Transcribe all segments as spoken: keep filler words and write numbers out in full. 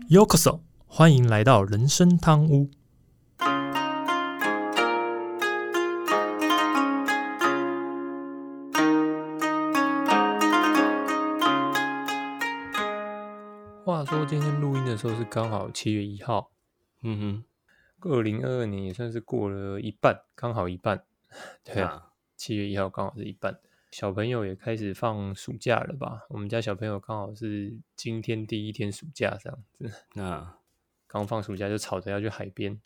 Yokoso， 欢迎来到人生汤屋。话说今天录音的时候是刚好七月一号，嗯哼，二零二二年也算是过了一半，刚好一半。对啊，七月一号刚好是一半。小朋友也开始放暑假了吧？我们家小朋友刚好是今天第一天暑假这样子。啊，刚放暑假就吵着要去海边。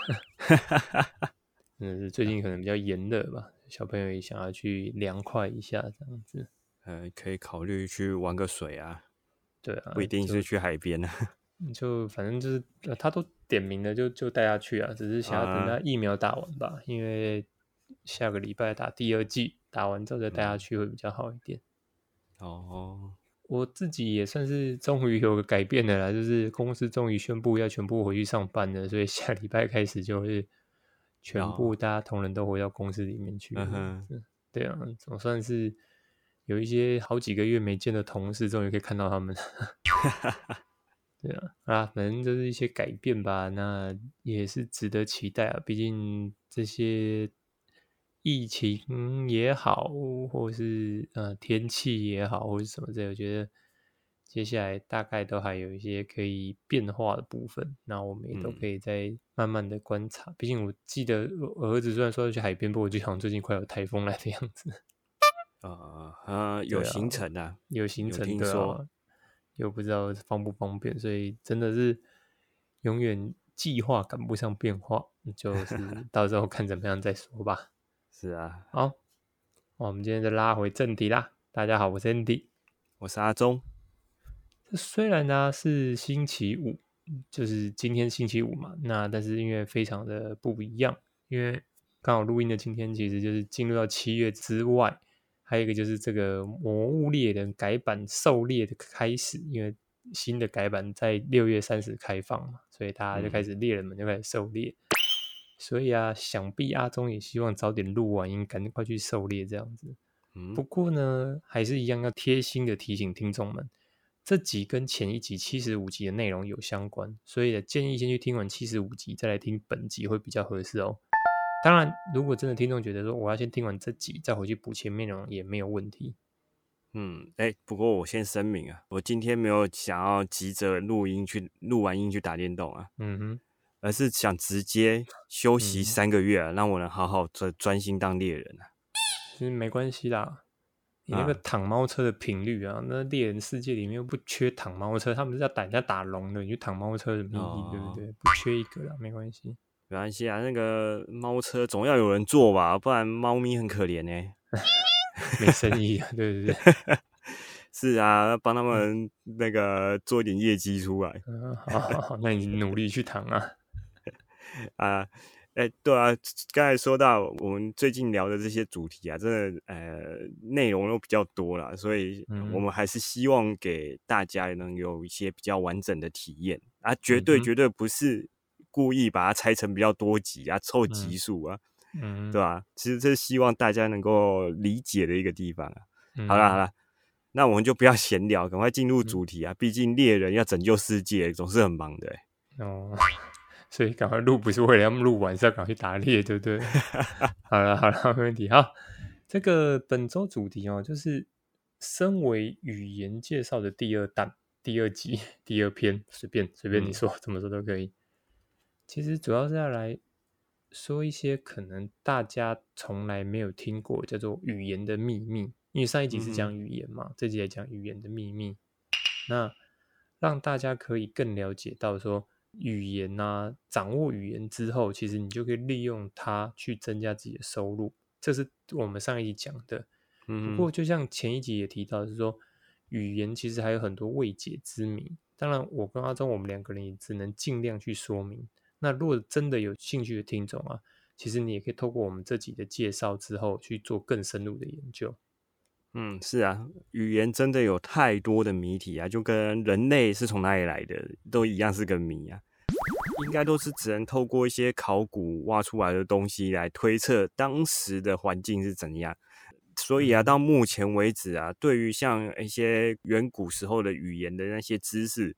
嗯，最近可能比较炎热吧，小朋友也想要去凉快一下这样子。 呃，可以考虑去玩个水啊。 对啊， 不一定是去海边啊。 就反正就是、呃、他都点名了就，就就带他去啊。只是想要等他疫苗打完吧，啊、因为下个礼拜打第二剂，打完之后再带他去会比较好一点。嗯、哦，我自己也算是终于有个改变了啦，就是公司终于宣布要全部回去上班了，所以下礼拜开始就是全部大家同仁都回到公司里面去了。哦嗯、对啊，总算是有一些好几个月没见的同事，终于可以看到他们。对啊，啊，反正就是一些改变吧，那也是值得期待啊。毕竟这些疫情也好，或是呃天气也好，或是什么之类，我觉得接下来大概都还有一些可以变化的部分。那我们也都可以再慢慢的观察。嗯、毕竟我记得我儿子虽然说要去海边，不过我就好像最近快有台风来的样子。 啊、呃呃，有行程啊， 有行程的啊。 又不知道方不方便，所以真的是永远计划赶不上变化，就是到时候看怎么样再说吧。 是啊， 好，我们今天就拉回正题啦。大家好，我是 Andy， 我是阿忠。 虽然呢是星期五，就是今天星期五嘛，那但是因为非常的不一样，因为刚好录音的今天其实就是进入到七月之外。还有一个就是这个《魔物猎人》改版狩猎的开始，因为新的改版在六月三十开放嘛，所以大家就开始猎人们就开始狩猎。嗯、所以啊，想必阿忠也希望早点录完音，赶快去狩猎这样子。嗯、不过呢，还是一样要贴心的提醒听众们，这集跟前一集七十五集的内容有相关，所以建议先去听完七十五集，再来听本集会比较合适哦。当然，如果真的听众觉得说我要先听完这集，再回去补前面内容也没有问题。 嗯，哎、欸，不过我先声明啊，我今天没有想要急着录音去录完音去打电动啊，嗯哼，而是想直接休息三个月啊，嗯、让我能好好专专心当猎人啊。 其实没关系啦，你那个躺猫车的频率啊，啊那猎人世界里面又不缺躺猫车，他们是要打人家打龙的，你去躺猫车有什么意义？哦、对不对？不缺一个啦，没关系。 没关系啊，那个猫车总要有人坐吧，不然猫咪很可怜呢、欸。 没生意啊，对对对， 是啊，帮他们那个做一点业绩出来。 嗯，好好好，那你努力去躺啊。 啊，哎、欸，对啊，刚才说到我们最近聊的这些主题啊，真的呃内容都比较多啦，所以我们还是希望给大家能有一些比较完整的体验啊，绝对绝对不是故意把它拆成比较多集啊，凑集数啊。嗯，对吧、啊？其实这是希望大家能够理解的一个地方啊。嗯、好啦好啦，那我们就不要闲聊，赶快进入主题啊！嗯、毕竟猎人要拯救世界，总是很忙的、欸。 哦，所以赶快录不是为了要录完，是要赶快去打猎，对不对？好了好了，没问题。好，这个本周主题哦，就是身为语言介绍的第二弹、第二集、第二篇，随便随便你说，嗯、怎么说都可以。其实主要是要来说一些可能大家从来没有听过叫做语言的秘密，因为上一集是讲语言嘛，嗯、这集来讲语言的秘密，那让大家可以更了解到说语言啊，掌握语言之后，其实你就可以利用它去增加自己的收入，这是我们上一集讲的。嗯、不过就像前一集也提到，是说语言其实还有很多未解之谜，当然我跟阿忠我们两个人也只能尽量去说明。那如果真的有兴趣的听众啊，其实你也可以透过我们这集的介绍之后去做更深入的研究。 嗯，是啊，语言真的有太多的谜题啊，就跟人类是从哪里来的都一样是个谜啊。应该都是只能透过一些考古挖出来的东西来推测当时的环境是怎样。所以啊，到目前为止啊，对于像一些远古时候的语言的那些知识，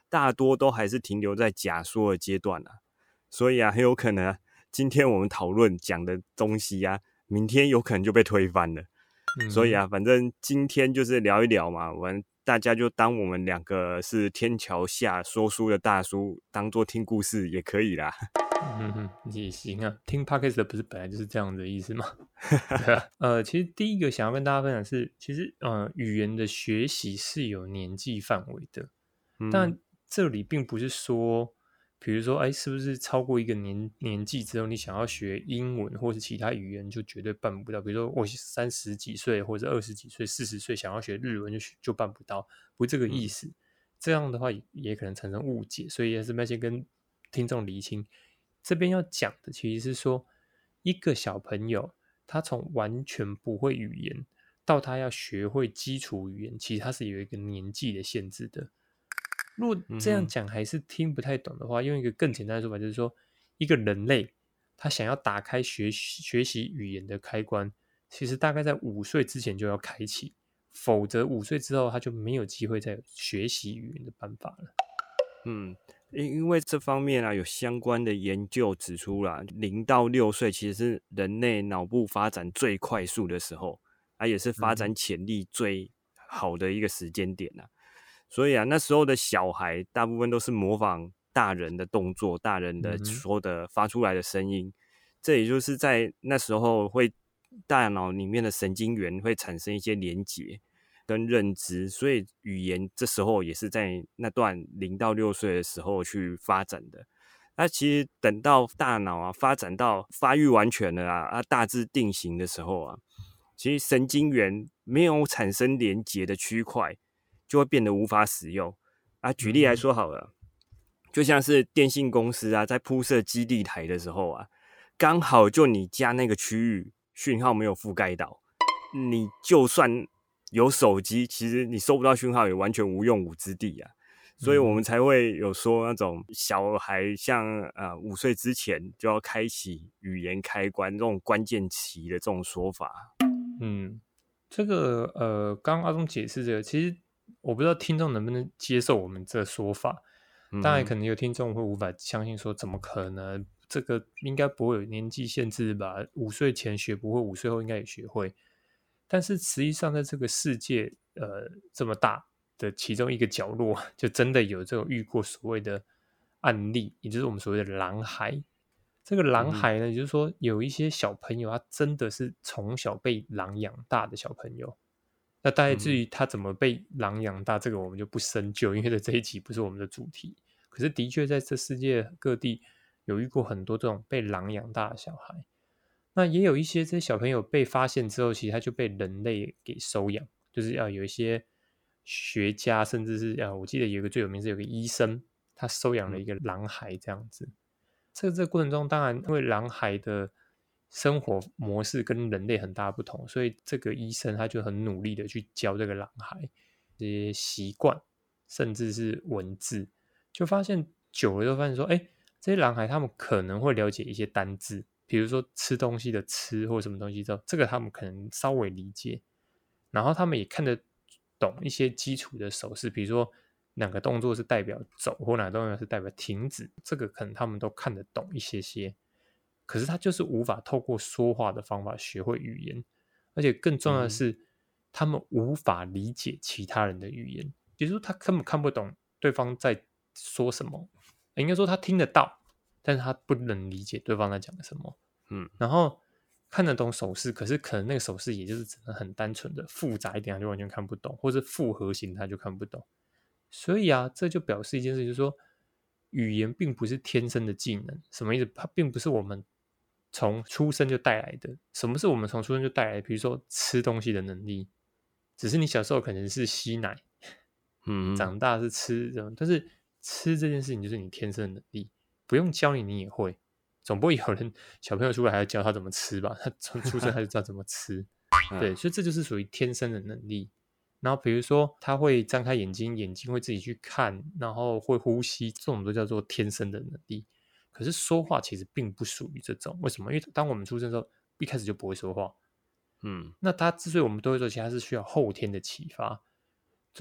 大多都还是停留在假说的阶段啊。所以啊，很有可能啊，今天我们讨论讲的东西啊，明天有可能就被推翻了。嗯、所以啊，反正今天就是聊一聊嘛，我们大家就当我们两个是天桥下说书的大叔，当做听故事也可以啦。 嗯哼，也行啊，听 podcast 的不是本来就是这样的意思吗？对啊，呃，其实第一个想要跟大家分享是，其实呃，语言的学习是有年纪范围的，嗯、但这里并不是说，比如说，哎，是不是超过一个年年纪之后，你想要学英文或是其他语言就绝对办不到？比如说，我三十几岁或者二十几岁、四十岁想要学日文就就办不到，不是这个意思。嗯、这样的话也也可能产生误解，所以也是那些跟听众厘清。这边要讲的其实是说，一个小朋友他从完全不会语言到他要学会基础语言，其实他是有一个年纪的限制的。如果这样讲还是听不太懂的话，用一个更简单的说法就是说，一个人类他想要打开学习学习语言的开关，其实大概在五岁之前就要开启，否则五岁之后他就没有机会再有学习语言的办法了。 嗯。因为这方面啊，有相关的研究指出啦，零到六岁其实是人类脑部发展最快速的时候，啊，也是发展潜力最好的一个时间点啊。所以啊，那时候的小孩大部分都是模仿大人的动作、大人的说的发出来的声音，这也就是在那时候会大脑里面的神经元会产生一些连结跟认知，所以语言这时候也是在那段零到六岁的时候去发展的。那其实等到大脑啊发展到发育完全了啊，啊大致定型的时候啊，其实神经元没有产生连结的区块就会变得无法使用啊。举例来说好了，就像是电信公司啊在铺设基地台的时候啊，刚好就你家那个区域讯号没有覆盖到，你就算有手机，其实你收不到讯号也完全无用武之地啊，所以我们才会有说那种小孩像呃五岁之前就要开启语言开关这种关键期的这种说法。 嗯，这个呃，刚刚阿忠解释这个，其实我不知道听众能不能接受我们这说法。当然，可能有听众会无法相信，说怎么可能？这个应该不会有年纪限制吧？五岁前学不会，五岁后应该也学会。但是实际上，在这个世界呃这么大的其中一个角落，就真的有这种遇过所谓的案例，也就是我们所谓的狼孩。这个狼孩呢，嗯、也就是说有一些小朋友，他真的是从小被狼养大的小朋友。那大概至于他怎么被狼养大，这个我们就不深究，因为这一集不是我们的主题。可是的确在这世界各地有遇过很多这种被狼养大的小孩。那也有一些这些小朋友被发现之后，其实他就被人类给收养，就是要有一些学家，甚至是啊，我记得有一个最有名是有个医生，他收养了一个狼孩这样子。在这个过程中，当然因为狼孩的生活模式跟人类很大不同，所以这个医生他就很努力的去教这个狼孩这些习惯，甚至是文字，就发现久了就发现说，哎，这些狼孩他们可能会了解一些单字，比如说吃东西的吃或什么东西之后，这个他们可能稍微理解，然后他们也看得懂一些基础的手势，比如说哪个动作是代表走，或哪个动作是代表停止，这个可能他们都看得懂一些些。可是他就是无法透过说话的方法学会语言，而且更重要的是，嗯、他们无法理解其他人的语言，也就是说他根本看不懂对方在说什么。应该说他听得到，但是他不能理解对方在讲什么。嗯，然后看得懂手势，可是可能那个手势也就是只能很单纯的，复杂一点他就完全看不懂，或者复合型他就看不懂。所以啊，这就表示一件事，就是说，语言并不是天生的技能。什么意思？它并不是我们从出生就带来的。什么是我们从出生就带来的？比如说吃东西的能力，只是你小时候可能是吸奶，嗯，长大是吃这种，但是吃这件事情就是你天生的能力，不用教你你也会。总不会有人小朋友出来还要教他怎么吃吧？他从出生他就知道怎么吃，对，所以这就是属于天生的能力。然后比如说他会张开眼睛，眼睛会自己去看，然后会呼吸，这种都叫做天生的能力。可是说话其实并不属于这种，为什么？因为当我们出生的时候，一开始就不会说话，嗯，那他之所以我们都会说，其实他是需要后天的启发。所以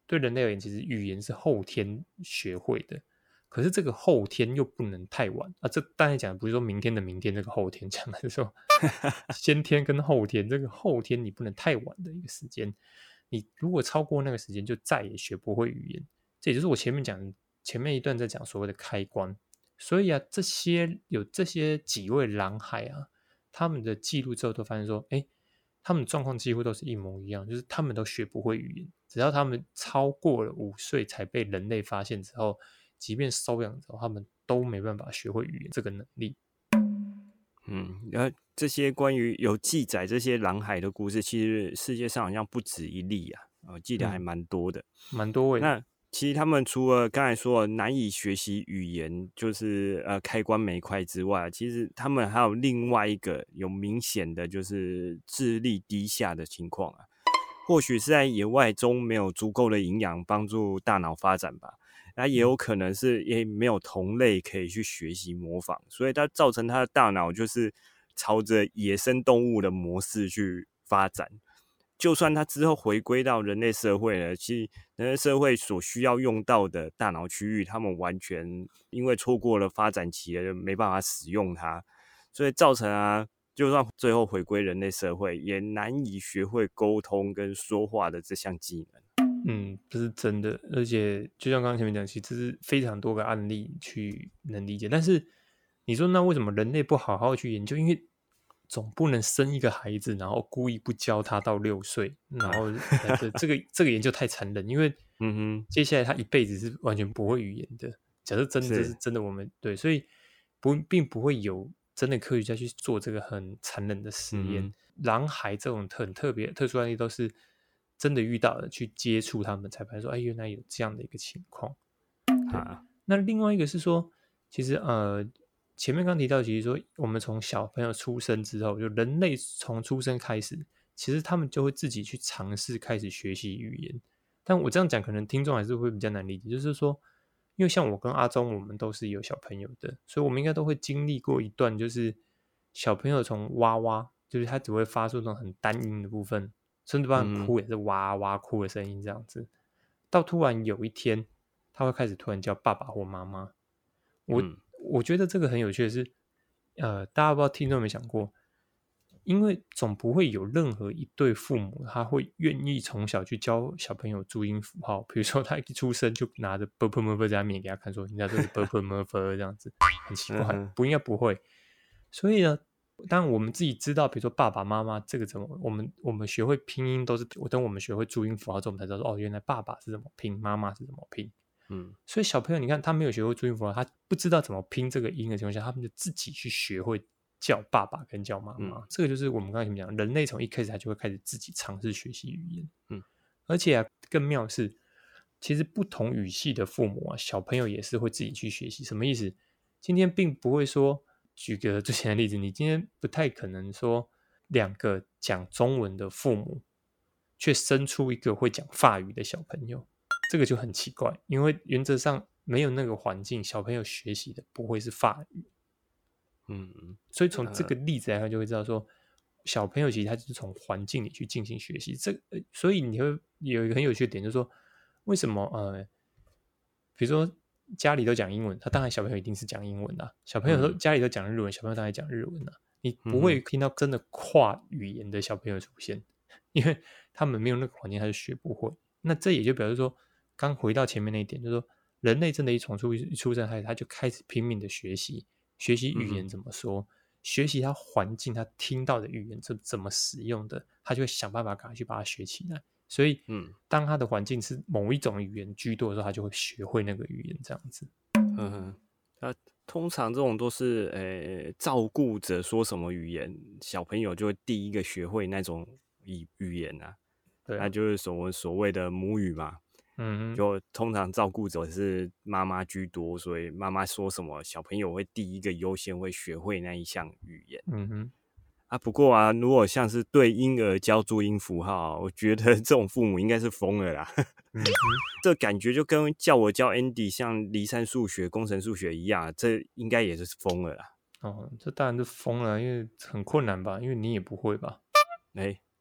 对人类而言，其实语言是后天学会的，可是这个后天又不能太晚啊。这当然讲的不是说明天的明天这个后天，讲的是说先天跟后天，这个后天你不能太晚的一个时间。你如果超过那个时间，就再也学不会语言。这也就是我前面讲前面一段在讲所谓的开关。所以啊，这些有这些几位狼孩啊，他们的记录之后都发现说，哎，他们的状况几乎都是一模一样，就是他们都学不会语言。只要他们超过了五岁才被人类发现之后，即便收养之后，他们都没办法学会语言这个能力。 嗯，然后这些关于有记载这些狼孩的故事，其实世界上好像不止一例啊，我记得还蛮多的， 嗯、蛮多位的。 那其实他们除了刚才说的难以学习语言，就是呃开关没开之外，其实他们还有另外一个有明显的就是智力低下的情况啊。或许是在野外中没有足够的营养帮助大脑发展吧，那也有可能是也没有同类可以去学习模仿，所以它造成他的大脑就是朝着野生动物的模式去发展。就算他之后回归到人类社会了，其实人类社会所需要用到的大脑区域，他们完全因为错过了发展期了，没办法使用它，所以造成啊，就算最后回归人类社会，也难以学会沟通跟说话的这项技能。 嗯，这是真的，而且就像刚刚前面讲，其实这是非常多个案例去能理解。但是你说那为什么人类不好好去研究？因为总不能生一个孩子，然后故意不教他到六岁，然后、呃、这这个这个研究太残忍，因为嗯哼， 接下来他一辈子是完全不会语言的。假设真的这是真的，我们对，所以不并不会有真的科学家去做这个很残忍的实验。 嗯、 狼孩这种很特别特殊案例都是真的遇到的，去接触他们才发现说，哎，原来有这样的一个情况。 啊， 那另外一个是说，其实呃，前面刚提到，其实说我们从小朋友出生之后，就人类从出生开始，其实他们就会自己去尝试开始学习语言。但我这样讲，可能听众还是会比较难理解，就是说，因为像我跟阿忠，我们都是有小朋友的，所以我们应该都会经历过一段，就是小朋友从哇哇，就是他只会发出那种很单音的部分，甚至包含哭也是哇哇哭的声音这样子，到突然有一天，他会开始突然叫爸爸或妈妈。我、嗯、我觉得这个很有趣的是，呃，大家不知道听众有没有想过，因为总不会有任何一对父母他会愿意从小去教小朋友注音符号，比如说他一出生就拿着 b p m f 在他面前给他看说，你知道这是 b p m f 这样子，很奇怪，不应该不会。所以呢，当然我们自己知道，比如说爸爸妈妈这个怎么，我们我们学会拼音都是，等我们学会注音符号之后，我们才知道说，哦，原来爸爸是怎么拼，妈妈是怎么拼。嗯，所以小朋友，你看他没有学会注音符号，他不知道怎么拼这个音的情况下，他们就自己去学会叫爸爸跟叫妈妈。嗯、这个就是我们刚才前面讲，人类从一开始他就会开始自己尝试学习语言。嗯，而且啊，更妙是，其实不同语系的父母啊，小朋友也是会自己去学习。什么意思？今天并不会说，举个最简单的例子，你今天不太可能说两个讲中文的父母，却生出一个会讲法语的小朋友。这个就很奇怪，因为原则上没有那个环境，小朋友学习的不会是法语。嗯，所以从这个例子来看，就会知道说，小朋友其实他就是从环境里去进行学习。这所以你会有一个很有趣的点，就是说，为什么呃，比如说家里都讲英文，他当然小朋友一定是讲英文啦。小朋友说家里都讲日文，小朋友当然讲日文啦。你不会听到真的跨语言的小朋友出现，因为他们没有那个环境，他就学不会。那这也就表示说，刚回到前面那一点，就是说，人类真的一从出一出生开始，他就开始拼命的学习，学习语言怎么说，嗯、学习他环境他听到的语言怎怎么使用的，他就会想办法赶快去把它学起来。所以，嗯，当他的环境是某一种语言居多的时候，他就会学会那个语言，这样子。 嗯哼，啊，通常这种都是呃，照顾者说什么语言，小朋友就会第一个学会那种语语言啊。对啊，那就是所谓所谓的母语嘛。嗯，就通常照顾者是妈妈居多，所以妈妈说什么，小朋友会第一个优先会学会那一项语言。嗯哼，啊，不过啊，如果像是对婴儿教注音符号，我觉得这种父母应该是疯了啦。嗯，这感觉就跟叫我教 Andy 像离散数学、工程数学一样，这应该也是疯了啦。 哦，这当然是疯了，因为很困难吧？因为你也不会吧？ 哎、欸，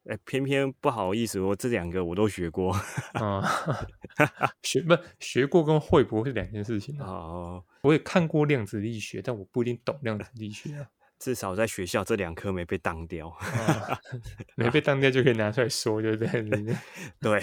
哎，偏偏不好意思，我这两个我都学过。 啊、学不学过跟会不会是两件事情啊。 哦， 我也看过量子力学，但我不一定懂量子力学啊。 至少在学校这两科没被当掉。 啊，没被当掉就可以拿出来说，对不对？ 对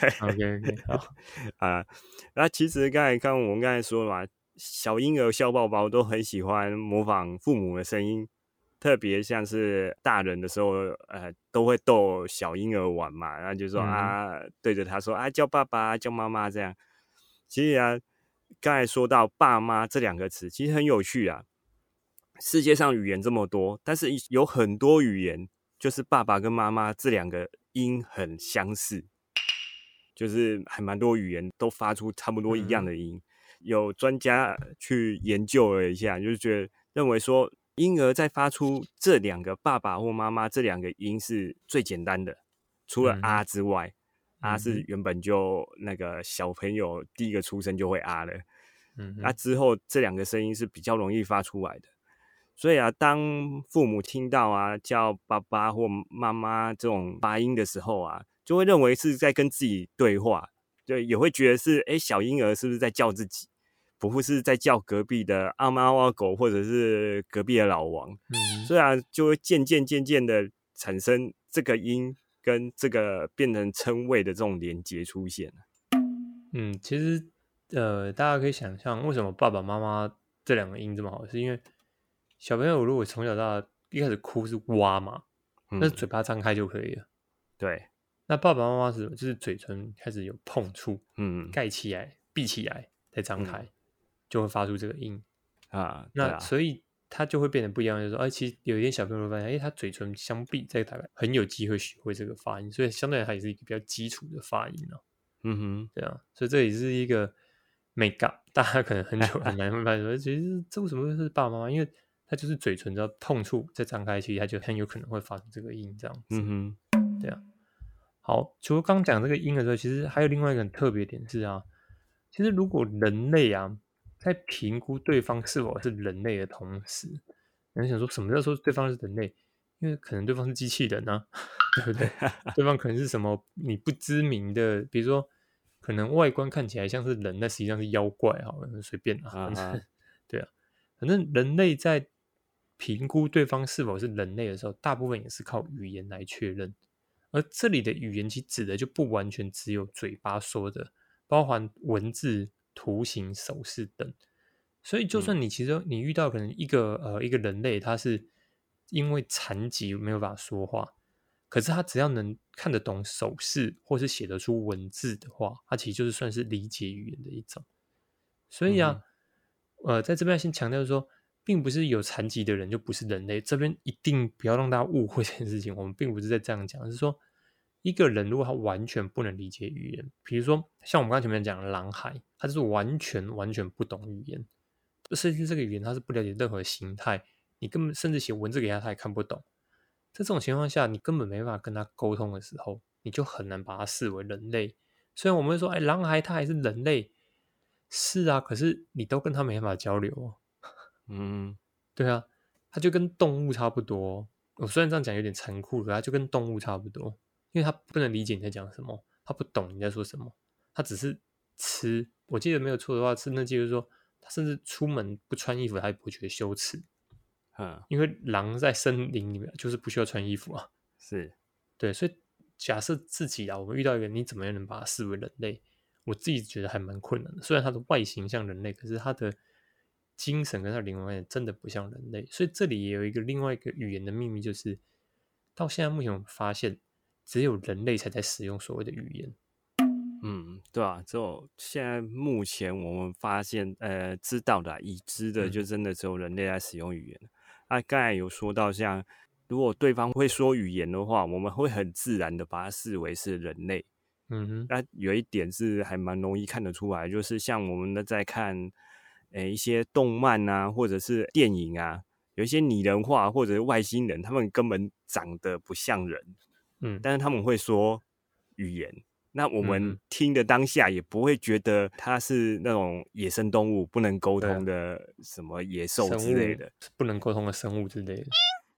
，OK OK，好啊。那其实刚才刚我们刚才说了嘛，小婴儿、小宝宝都很喜欢模仿父母的声音，特别像是大人的时候，呃，都会逗小婴儿玩嘛，然后就说、 嗯、 啊，对着他说啊，叫爸爸、叫妈妈这样。其实啊，刚才说到爸妈这两个词，其实很有趣啊。世界上语言这么多，但是有很多语言就是爸爸跟妈妈这两个音很相似，就是还蛮多语言都发出差不多一样的音。嗯、有专家去研究了一下，就是觉得认为说，婴儿在发出这两个爸爸或妈妈这两个音是最简单的，除了啊之外，嗯、啊是原本就那个小朋友第一个出生就会啊了，嗯，那、啊、之后这两个声音是比较容易发出来的。所以啊，当父母听到啊叫爸爸或妈妈这种发音的时候啊，就会认为是在跟自己对话，对，也会觉得是哎小婴儿是不是在叫自己，不会是在叫隔壁的阿猫阿狗或者是隔壁的老王。嗯，所以啊，就会渐渐渐渐的产生这个音跟这个变成称谓的这种连结出现。 嗯，其实呃，大家可以想象为什么爸爸妈妈这两个音这么好，是因为小朋友如果从小到大一开始哭是哇嘛，嗯、那是嘴巴张开就可以了。 对， 那爸爸妈妈是就是嘴唇开始有碰触，嗯，盖起来、闭起来再张开，嗯、就会发出这个音啊。那啊所以他就会变得不一样，就是说，哎，其实有一点小朋友会发现，哎，他嘴唇相闭，再大概很有机会学会这个发音，所以相对来它也是一个比较基础的发音哦。嗯哼，对啊，所以这也是一个 make up， 大家可能很久很难会发现说，其实这为什么会是爸爸妈妈？因为他就是嘴唇只要碰触再张开，其实他就很有可能会发出这个音，这样子。嗯哼，对啊。好，除了刚讲这个音的时候，其实还有另外一个很特别点是啊，其实如果人类啊，在评估对方是否是人类的同时，你想说什么叫说对方是人类？因为可能对方是机器人啊，对不对？对方可能是什么你不知名的，比如说可能外观看起来像是人，但实际上是妖怪，好了，随便啊，反正对啊，反正人类在评估对方是否是人类的时候，大部分也是靠语言来确认。而这里的语言其实指的就不完全只有嘴巴说的，包含文字、图形、手势等。所以，就算你其实你遇到可能一个呃一个人类，他是因为残疾没有办法说话，可是他只要能看得懂手势或是写得出文字的话，他其实就是算是理解语言的一种。所以啊，嗯、呃，在这边先强调说，并不是有残疾的人就不是人类，这边一定不要让大家误会这件事情。我们并不是在这样讲，是说一个人如果他完全不能理解语言，比如说像我们刚才前面讲的狼孩，他就是完全完全不懂语言，甚至这个语言他是不了解任何形态，你根本甚至写文字给他他也看不懂。在这种情况下，你根本没办法跟他沟通的时候，你就很难把他视为人类。虽然我们会说，哎，狼孩他还是人类，是啊，可是你都跟他没办法交流哦。嗯，对啊，他就跟动物差不多。我虽然这样讲有点残酷，可他就跟动物差不多，因为他不能理解你在讲什么，他不懂你在说什么，他只是吃。我记得没有错的话，是那记得说，他甚至出门不穿衣服，他也不会觉得羞耻。嗯，因为狼在森林里面就是不需要穿衣服啊。 是， 对，所以假设自己啊，我们遇到一个，你怎么样能把他视为人类？我自己觉得还蛮困难的。虽然他的外形像人类，可是他的精神跟他的灵魂真的不像人类。所以这里也有一个另外一个语言的秘密，就是到现在目前我们发现，只有人类才在使用所谓的语言。 嗯，对啊，就现在目前我们发现，呃，知道的、已知的，就真的只有人类在使用语言。啊，刚才有说到，像如果对方会说语言的话，我们会很自然的把它视为是人类。嗯哼，那有一点是还蛮容易看得出来，就是像我们的在看，呃，一些动漫啊，或者是电影啊，有一些拟人化或者是外星人，他们根本长得不像人，嗯，但是他们会说语言。那我们听的当下也不会觉得它是那种野生动物不能沟通的什么野兽之类的， 不能沟通的生物之类的。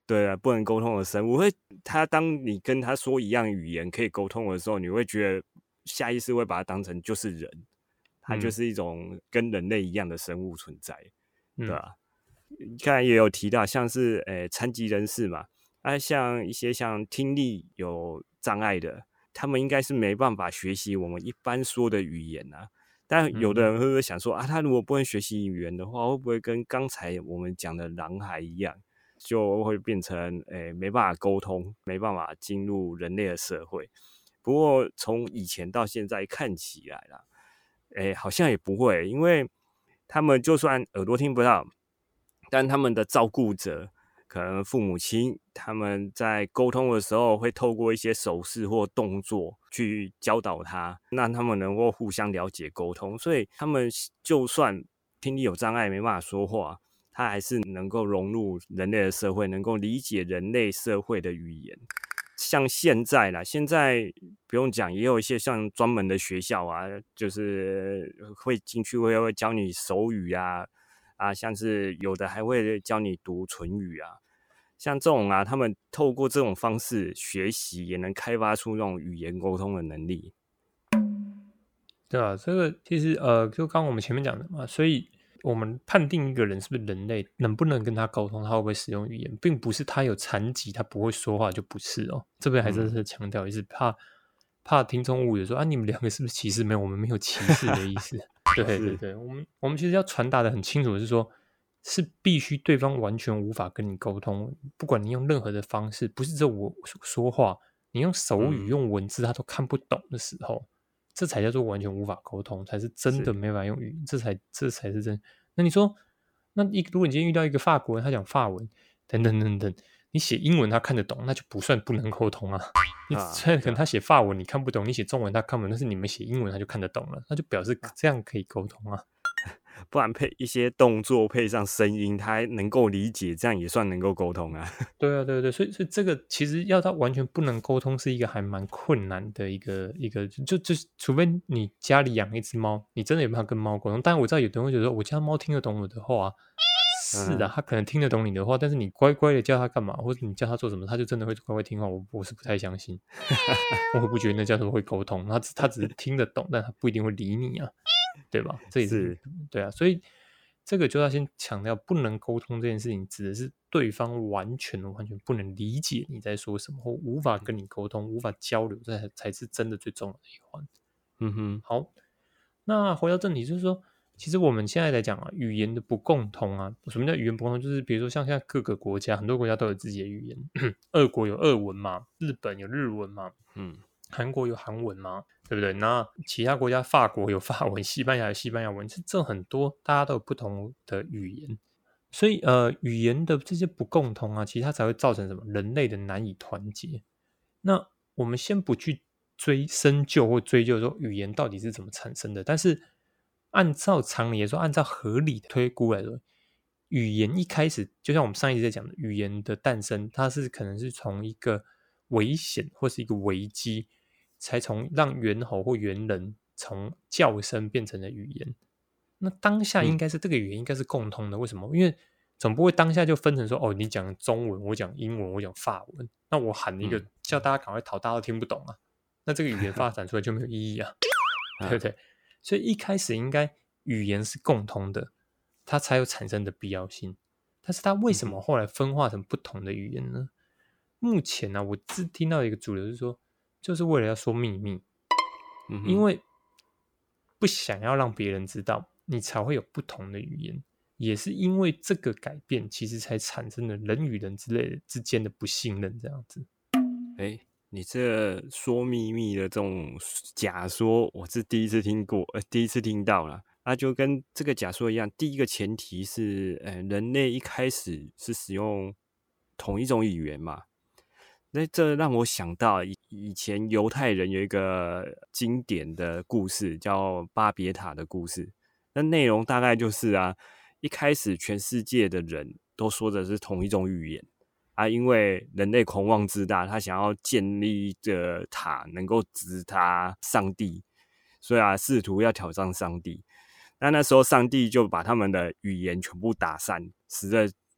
对啊，不能沟通的生物，会他当你跟他说一样语言可以沟通的时候，你会觉得下意识会把它当成就是人，它就是一种跟人类一样的生物存在，嗯、对吧？刚才也有提到，像是诶残疾人士嘛，啊，像一些像听力有障碍的，他们应该是没办法学习我们一般说的语言啊。但有的人会不会想说、嗯、啊，他如果不能学习语言的话，会不会跟刚才我们讲的狼孩一样，就会变成诶没办法沟通，没办法进入人类的社会？不过从以前到现在看起来啦，诶好像也不会，因为他们就算耳朵听不到，但他们的照顾者，可能父母亲，他们在沟通的时候会透过一些手势或动作去教导他，让他们能够互相了解沟通。所以他们就算听力有障碍，没办法说话，他还是能够融入人类的社会，能够理解人类社会的语言。像现在啦，现在不用讲，也有一些像专门的学校啊，就是会进去会会教你手语啊。啊，像是有的还会教你读唇语啊，像这种啊，他们透过这种方式学习，也能开发出那种语言沟通的能力。 对啊，这个其实呃，就刚刚我们前面讲的嘛，所以我们判定一个人是不是人类，能不能跟他沟通，他会不会使用语言，并不是他有残疾，他不会说话就不是哦。这边还真是强调，也是怕、嗯、怕听众误解说啊，你们两个是不是歧视？没有，我们没有歧视的意思。对对对，我们我们其实要传达的很清楚的是说，是必须对方完全无法跟你沟通，不管你用任何的方式，不是只有我说话，你用手语、嗯、用文字他都看不懂的时候，这才叫做完全无法沟通，才是真的没法用语言，这才这才是真。那你说，那一如果你今天遇到一个法国人，他讲法文，等等等等，你写英文他看得懂，那就不算不能沟通啊。你虽然可能他写法文你看不懂，你写中文他看不懂，但是你们写英文他就看得懂了，那就表示这样可以沟通啊。 不然配一些动作配上声音，他能够理解，这样也算能够沟通啊。 对啊，对对，所以所以这个其实要他完全不能沟通，是一个还蛮困难的一个一个，就就除非你家里养一只猫，你真的有办法跟猫沟通。当然我知道有的人会觉得说，我家猫听得懂我的话、啊，是的，它可能听得懂你的话，但是你乖乖的叫它干嘛，或者你叫它做什么，它就真的会乖乖听话。我我是不太相信，我会不觉得那叫什么会沟通，它它只是听得懂，但它不一定会理你啊，对吧？这也是对啊，所以这个就要先强调，不能沟通这件事情，指的是对方完全完全不能理解你在说什么，或无法跟你沟通，无法交流，这才才是真的最重要的一环。 嗯哼， 好，那回到正题，就是说。其实我们现在来讲啊，语言的不共通啊，什么叫语言不共通？就是比如说像现在各个国家，很多国家都有自己的语言，俄国有俄文嘛，日本有日文嘛，嗯，韩国有韩文嘛，对不对？那其他国家，法国有法文，西班牙有西班牙文，这很多大家都有不同的语言，所以呃，语言的这些不共通啊，其实它才会造成什么人类的难以团结。那我们先不去追深究或追究说语言到底是怎么产生的，但是按照常理来说，按照合理的推估来说，语言一开始就像我们上一集在讲的，语言的诞生，它是可能是从一个危险或是一个危机，才从让猿猴或猿人从叫声变成了语言。那当下应该是、嗯、这个语言应该是共通的，为什么？因为总不会当下就分成说，哦，你讲中文，我讲英文，我讲法文，那我喊一个、嗯、叫大家赶快逃，大家都听不懂啊，那这个语言发展出来就没有意义啊，对不对？所以一开始应该语言是共通的，它才有产生的必要性。但是它为什么后来分化成不同的语言呢？目前呢、啊，我只听到一个主流是说，就是为了要说秘密，嗯、因为不想要让别人知道，你才会有不同的语言。也是因为这个改变，其实才产生了人与人之类的之间的不信任，这样子。 哎。你这说秘密的这种假说，我是第一次听过，呃，第一次听到啦。那、啊、就跟这个假说一样，第一个前提是，呃，人类一开始是使用同一种语言嘛。那这让我想到以以前犹太人有一个经典的故事，叫巴别塔的故事。那内容大概就是啊，一开始全世界的人都说的是同一种语言。啊，因为人类狂妄自大，他想要建立一个塔能够直达上帝，所以啊，试图要挑战上帝。那那时候上帝就把他们的语言全部打散，使得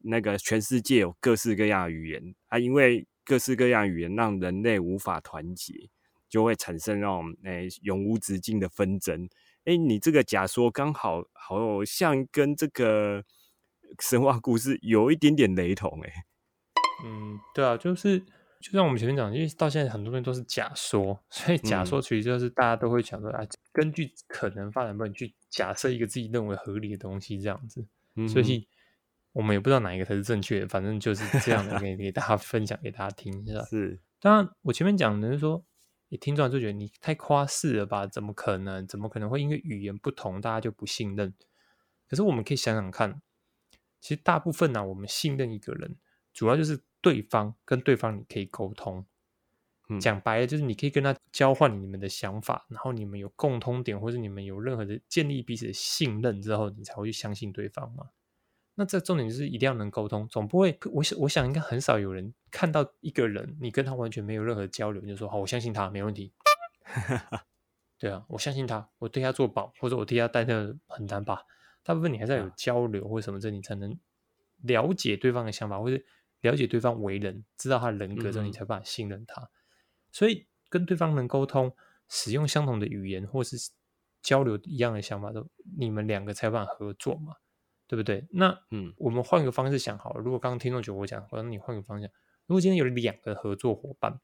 那个全世界有各式各样的语言啊，因为各式各样的语言让人类无法团结，就会产生那种诶、欸、永无止境的纷争。哎、欸，你这个假说刚好好像跟这个神话故事有一点点雷同哎、欸。 嗯，对啊，就是就像我们前面讲，因为到现在很多东西都是假说，所以假说其实就是大家都会想说、嗯、啊，根据可能发展论去假设一个自己认为合理的东西这样子，嗯、所以我们也不知道哪一个才是正确的，反正就是这样的给给大家分享给大家听一下。 是， 当然我前面讲的是说，你听众就觉得你太夸饰了吧？怎么可能？怎么可能会因为语言不同，大家就不信任？可是我们可以想想看，其实大部分呢、啊，我们信任一个人，主要就是对方跟对方你可以沟通。讲、嗯、白了，就是你可以跟他交换你们的想法，然后你们有共通点，或者你们有任何的建立彼此的信任之后，你才会去相信对方嘛。那这重点就是一定要能沟通，总不会，我想我想应该很少有人看到一个人，你跟他完全没有任何交流，就说好，我相信他没问题。对啊，我相信他，我对他做保，或者我替他担任很难吧。大部分你还是要有交流或什么，这你才能了解对方的想法，或者了解对方为人，知道他的人格之后，你才办法信任他。嗯、所以跟对方能沟通，使用相同的语言，或是交流一样的想法，都你们两个才办法合作嘛。对不对？那嗯，我们换个方式想好了。如果刚刚听众觉得我讲，我让你换个方向。如果今天有两个合作伙伴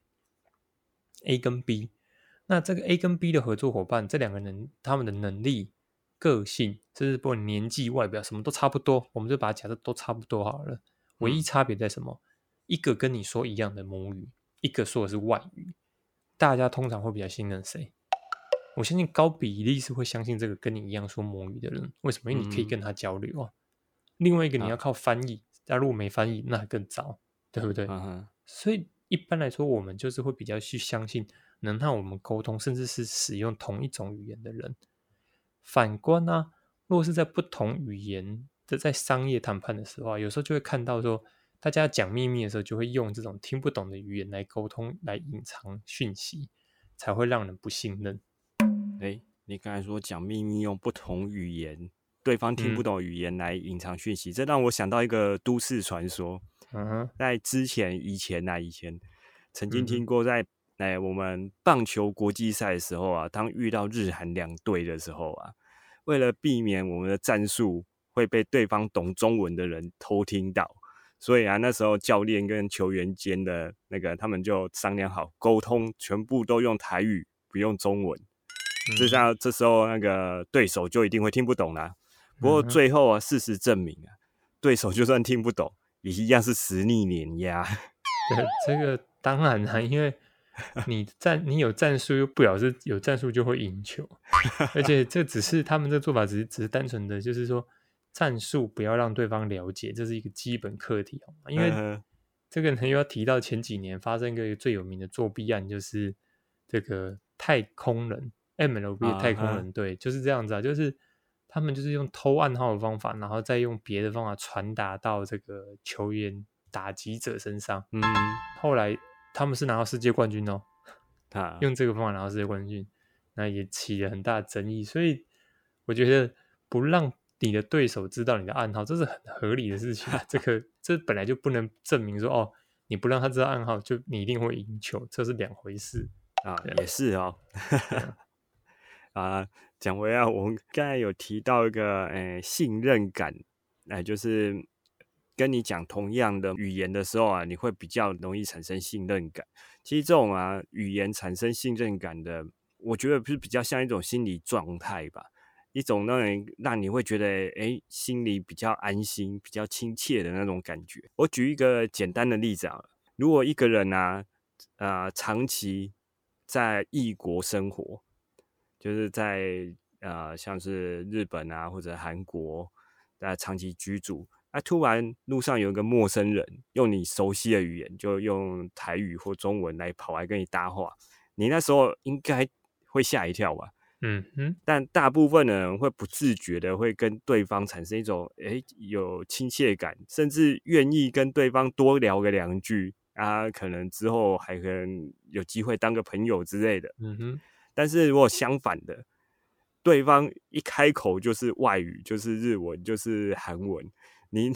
A 跟 B， 那这个 A 跟 B 的合作伙伴，这两个人他们的能力、个性，甚至不管年纪、外表，什么都差不多，我们就把它假设都差不多好了。唯一差别在什么？嗯、一个跟你说一样的母语，一个说的是外语。大家通常会比较信任谁？我相信高比例是会相信这个跟你一样说母语的人。为什么？因为你可以跟他交流啊。嗯、另外一个你要靠翻译，假、啊、如果没翻译，那更糟，对不对？嗯、所以一般来说，我们就是会比较去相信能和我们沟通，甚至是使用同一种语言的人。反观呢、啊，如果是在不同语言的在商业谈判的时候、啊，有时候就会看到说，大家讲秘密的时候，就会用这种听不懂的语言来沟通，来隐藏讯息，才会让人不信任。 哎，你刚才说讲秘密用不同语言，对方听不懂语言来隐藏讯息，嗯、这让我想到一个都市传说。嗯、在之前、以前啊，以前曾经听过在，在、嗯哎、我们棒球国际赛的时候啊，当遇到日韩两队的时候啊，为了避免我们的战术会被对方懂中文的人偷听到，所以啊，那时候教练跟球员间的那个他们就商量好，沟通全部都用台语，不用中文。这下这时候那个对手就一定会听不懂啦。不過最後啊，事實證明啊，對手就算聽不懂，也一樣是實力碾壓。 對，這個當然啦，因為你戰你有戰術，又不表示有戰術就會贏球。而且這只是他們這個做法，只是只是單純的，就是說戰術不要讓對方了解，這是一個基本課題。因為這個人又要提到前幾年發生一個最有名的作弊案，就是這個太空人。M L B 的太空人隊、uh-huh. 就是這樣子啊，就是他們就是用偷暗號的方法，然後再用別的方法傳達到這個球員打擊者身上。嗯，後來他們是拿到世界冠軍哦，uh-huh. 用這個方法拿到世界冠軍，那也起了很大的爭議。所以我覺得不讓你的對手知道你的暗號，這是很合理的事情。這個這本來就不能證明說哦，你不讓他知道暗號，就你一定會贏球，這是兩回事啊，也是哦。啊，講回來，我們剛才有提到一個，誒，信任感，哎，就是跟你講同樣的語言的時候啊，你會比較容易產生信任感。其實這種啊，語言產生信任感的，我覺得是比較像一種心理狀態吧，一種讓人讓你會覺得，誒，心裡比較安心、比較親切的那種感覺。我舉一個簡單的例子啊，如果一個人啊，呃，長期在異國生活，就是在呃，像是日本啊或者韓國，大家長期居住，啊，突然路上有一個陌生人，用你熟悉的語言，就用台語或中文來跑來跟你搭話，你那時候應該會嚇一跳吧？嗯嗯。但大部分的人會不自覺的會跟對方產生一種，誒，有親切感，甚至願意跟對方多聊個兩句啊，可能之後還可能有機會當個朋友之類的。嗯哼。但是如果相反的，對方一開口就是外語，就是日文，就是韓文，你第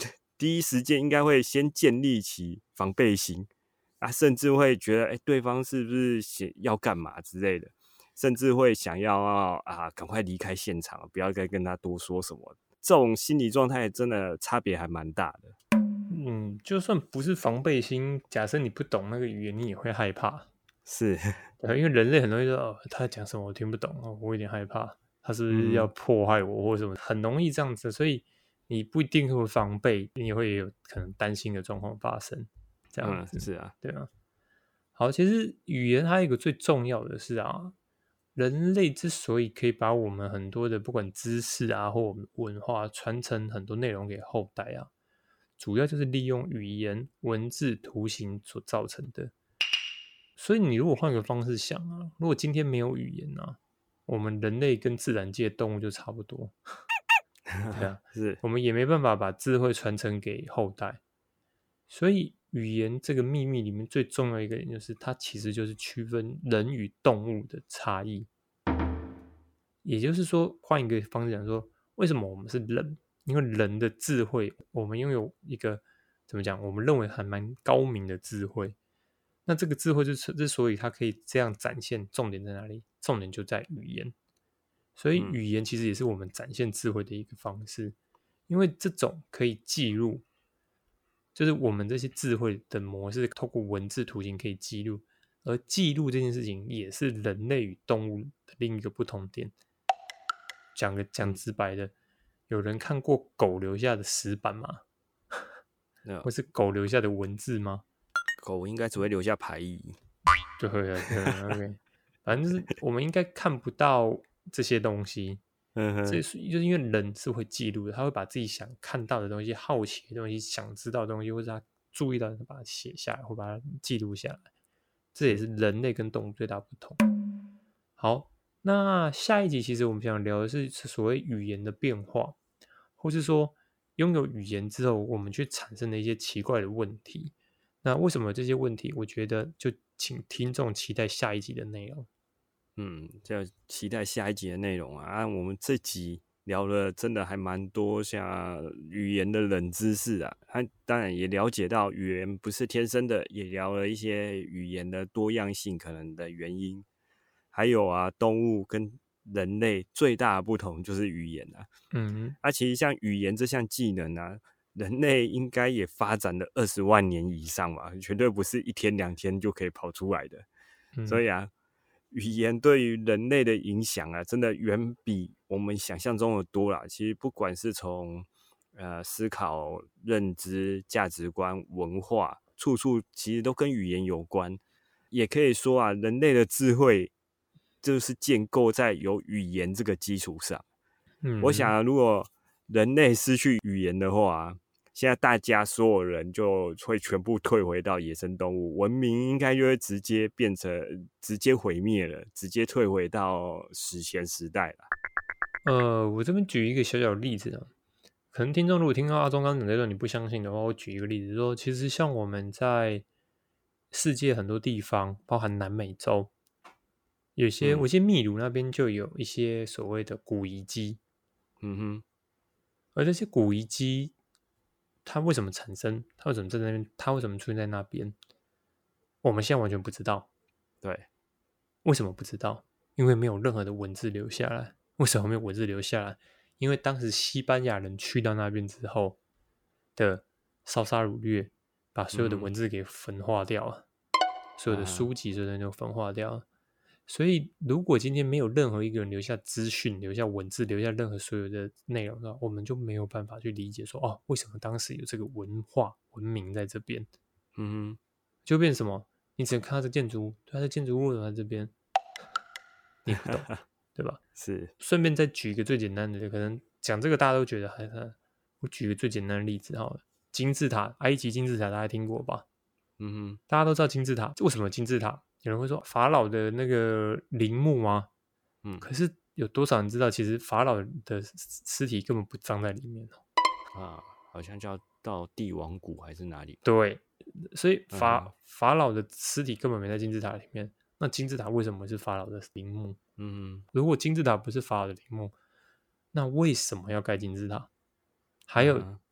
第一时间应该会先建立起防备心啊，甚至会觉得，哎，对方是不是想要干嘛之类的，甚至会想要啊，赶快离开现场，不要再跟他多说什么。这种心理状态真的差别还蛮大的。 嗯，就算不是防备心，假设你不懂那个语言，你也会害怕。 是， 对，因为人类很容易说，哦，他讲什么我听不懂，哦，我有点害怕，他是不是要迫害我或什么，很容易这样子，所以你不一定会防备，你也会有可能担心的状况发生，这样子， 嗯，是啊， 对啊。好，其实语言还有一个最重要的是啊，人类之所以可以把我们很多的不管知识啊或我们文化传承很多内容给后代啊，主要就是利用语言、文字、图形所造成的。所以你如果换个方式想啊，如果今天没有语言啊，我们人类跟自然界动物就差不多。对啊， 是， 我们也没办法把智慧传承给后代。所以语言这个秘密里面最重要一个点就是，它其实就是区分人与动物的差异。也就是说，换一个方式讲说，为什么我们是人？因为人的智慧，我们拥有一个怎么讲？我们认为还蛮高明的智慧。那这个智慧之之所以它可以这样展现，重点在哪里？重点就在语言。所以语言其实也是我们展现智慧的一个方式，因为这种可以记录，就是我们这些智慧的模式，透过文字图形可以记录，而记录这件事情也是人类与动物的另一个不同点。讲个讲直白的，有人看过狗留下的石板吗？或是狗留下的文字吗？ 狗应该只会留下排遗。 对啊，对啊 ，OK， 反正就是我们应该看不到这些东西。 嗯哼， 这是就是因为人是会记录的，他会把自己想看到的东西、好奇的东西、想知道的东西，或者他注意到的，把它写下来，或把它记录下来。这也是人类跟动物最大不同。好，那下一集其实我们想聊的是所谓语言的变化，或是说拥有语言之后，我们去产生的一些奇怪的问题。那为什么这些问题？我觉得就请听众期待下一集的内容。 嗯，就要期待下一集的内容啊！啊，我们这集聊了真的还蛮多像语言的冷知识啊，他当然也了解到语言不是天生的，也聊了一些语言的多样性可能的原因，还有啊，动物跟人类最大的不同就是语言啊。 嗯， 啊，其实像语言这项技能啊，人类应该也发展了二十万年以上吧，绝对不是一天两天就可以跑出来的。 嗯所以啊，语言对于人类的影响啊，真的远比我们想象中的多啦。其实不管是从呃思考、认知、价值观、文化，处处其实都跟语言有关。也可以说啊，人类的智慧就是建构在有语言这个基础上。 嗯， 我想啊，如果人类失去语言的话，现在大家所有人就会全部退回到野生动物，文明应该就会直接变成直接毁灭了，直接退回到史前时代了。 呃，我这边举一个小小的例子啊，可能听众如果听到阿忠刚讲这段你不相信的话，我举一个例子说，其实像我们在世界很多地方，包含南美洲，有些、 嗯、 我记得秘鲁那边就有一些所谓的古遗迹， 嗯哼， 而这些古遗迹，它为什么产生？它为什么在那边？它为什么出现在那边？我们现在完全不知道。 对， 为什么不知道？因为没有任何的文字留下来。为什么没有文字留下来？因为当时西班牙人去到那边之后的烧杀掳掠，把所有的文字给焚化掉了，所有的书籍所有的都焚化掉了。所以，如果今天没有任何一个人留下资讯、留下文字、留下任何所有的内容的话，我们就没有办法去理解说，哦，为什么当时有这个文化文明在这边？ 嗯哼， 就变成什么？你只能看到这建筑物，它的建筑物在这边，你也不懂，对吧？ 是， 顺便再举一个最简单的，可能讲这个大家都觉得还很，我举个最简单的例子好了，金字塔，埃及金字塔大家听过吧？ 嗯哼， 大家都知道金字塔，为什么金字塔？有人会说法老的那个陵墓吗？ 嗯， 可是有多少人知道，其实法老的尸体根本不葬在里面哦？ 啊，好像叫到帝王谷还是哪里？ 对，所以法、 嗯、 法老的尸体根本没在金字塔里面。那金字塔为什么是法老的陵墓？ 嗯， 如果金字塔不是法老的陵墓，那为什么要盖金字塔？还有、 嗯、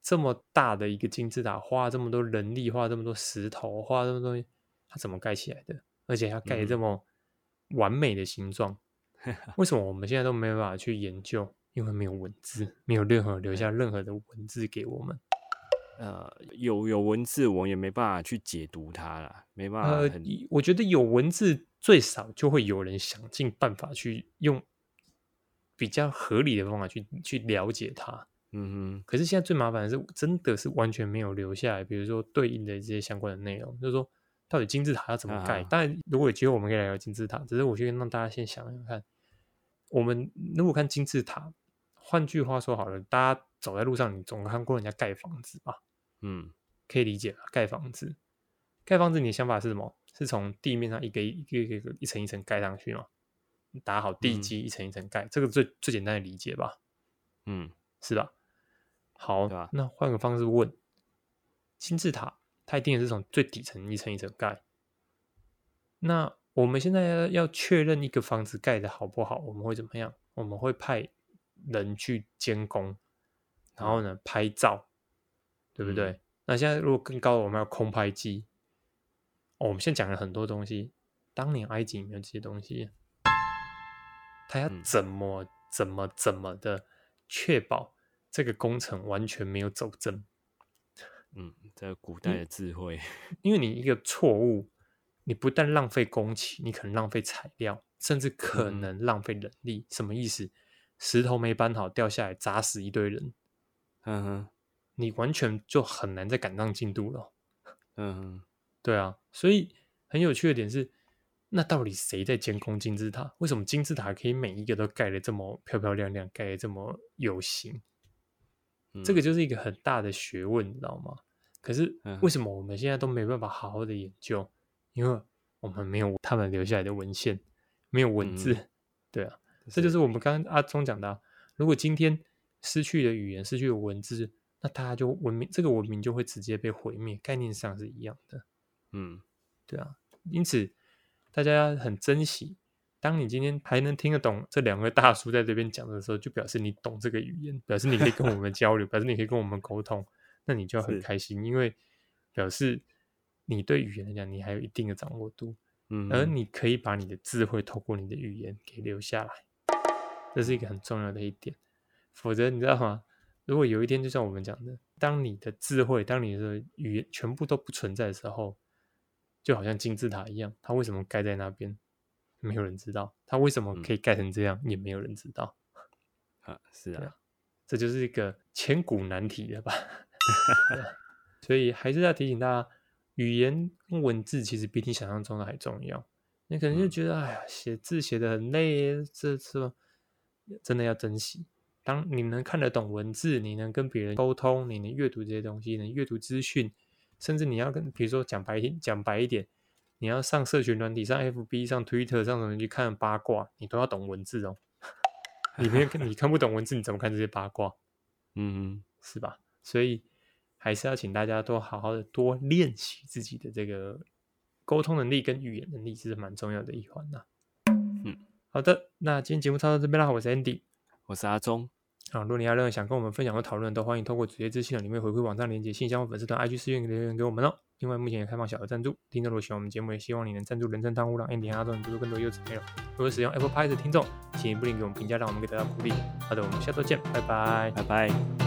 这么大的一个金字塔，花这么多人力，花这么多石头，花这么多东西，它怎么盖起来的？而且它盖得这么完美的形状，嗯、为什么我们现在都没办法去研究？因为没有文字，没有任何留下任何的文字给我们。 呃，有有文字，我也没办法去解读它啦，没办法很。 呃，我觉得有文字，最少就会有人想尽办法去用比较合理的方法去去了解它。 嗯哼。 可是现在最麻烦的是，真的是完全没有留下来，比如说对应的这些相关的内容，就是说到底金字塔要怎么盖？啊、当然，如果有机会我们可以来聊金字塔，只是我先让大家先想想看，我们如果看金字塔，换句话说好了，大家走在路上，你总看过人家盖房子吧？嗯，可以理解吧？盖房子，盖房子，你的想法是什么？是从地面上一个一个一个一个一层一层盖上去吗？打好地基，一层一层盖，嗯、这个最最简单的理解吧？嗯，是吧？好，那换个方式问，金字塔它一定是从最底层一层一层盖。那我们现在要确认一个房子盖的好不好，我们会怎么样？我们会派人去监工，然后呢拍照，对不对？嗯、那现在如果更高的，我们要空拍机。哦，我们现在讲了很多东西，当年埃及没有这些东西，他要怎么、嗯、怎么怎么的确保这个工程完全没有走正？ 嗯，这个古代的智慧， 因为你一个错误，你不但浪费工期，你可能浪费材料，甚至可能浪费人力。嗯、什么意思？石头没搬好掉下来，砸死一堆人。嗯哼，你完全就很难再赶上进度了。嗯哼，对啊，所以很有趣的点是，那到底谁在监控金字塔？为什么金字塔可以每一个都盖得这么漂漂亮亮，盖得这么有型？嗯、这个就是一个很大的学问，你知道吗？可是为什么我们现在都没办法好好的研究？因为我们没有他们留下来的文献，没有文字。嗯、对啊，这就是我们刚刚阿忠讲的、啊。如果今天失去了语言，失去了文字，那大家就文明，这个文明就会直接被毁灭，概念上是一样的。嗯，对啊，因此大家很珍惜。当你今天还能听得懂这两位大叔在这边讲的时候，就表示你懂这个语言，表示你可以跟我们交流，表示你可以跟我们沟通，那你就要很开心，因为表示你对语言来讲，你还有一定的掌握度，嗯，而你可以把你的智慧透过你的语言给留下来，这是一个很重要的一点。否则你知道吗？如果有一天就像我们讲的，当你的智慧，当你的语言全部都不存在的时候，就好像金字塔一样，它为什么盖在那边？没有人知道。它为什么可以盖成这样？嗯、也没有人知道。 啊，是 啊, 啊， 这就是一个千古难题了吧？所以还是要提醒大家，语言跟文字其实比你想象中的还重要。你可能就觉得，嗯、哎呀，写字写得很累，这这真的要珍惜。当你能看得懂文字，你能跟别人沟通，你能阅读这些东西，能阅读资讯，甚至你要跟，比如说讲白一讲白一点，你要上社群软体，上 F B， 上 Twitter， 上什么去看八卦，你都要懂文字哦。你没有你看不懂文字，你怎么看这些八卦？嗯，是吧？所以还是要请大家多好好的多练习自己的这个沟通能力跟语言能力，是蛮重要的一环呐、啊。嗯，好的，那今天节目差不多这边啦，我是 Andy。 我是阿忠。 好，如果你有任何想跟我们分享或讨论，都欢迎透过直接资讯里面回馈网站连结信箱或粉丝团 I G 私讯留言给我们哦。另外，目前也开放小额赞助，听众如果喜欢我们节目，也希望你能赞助人生汤污让 Andy 和阿忠做出更多优质内容。如果使用 Apple Podcast 的听众，请不吝给我们评价，让我们可以得到鼓励。好的，我们下周见，拜拜， 拜拜。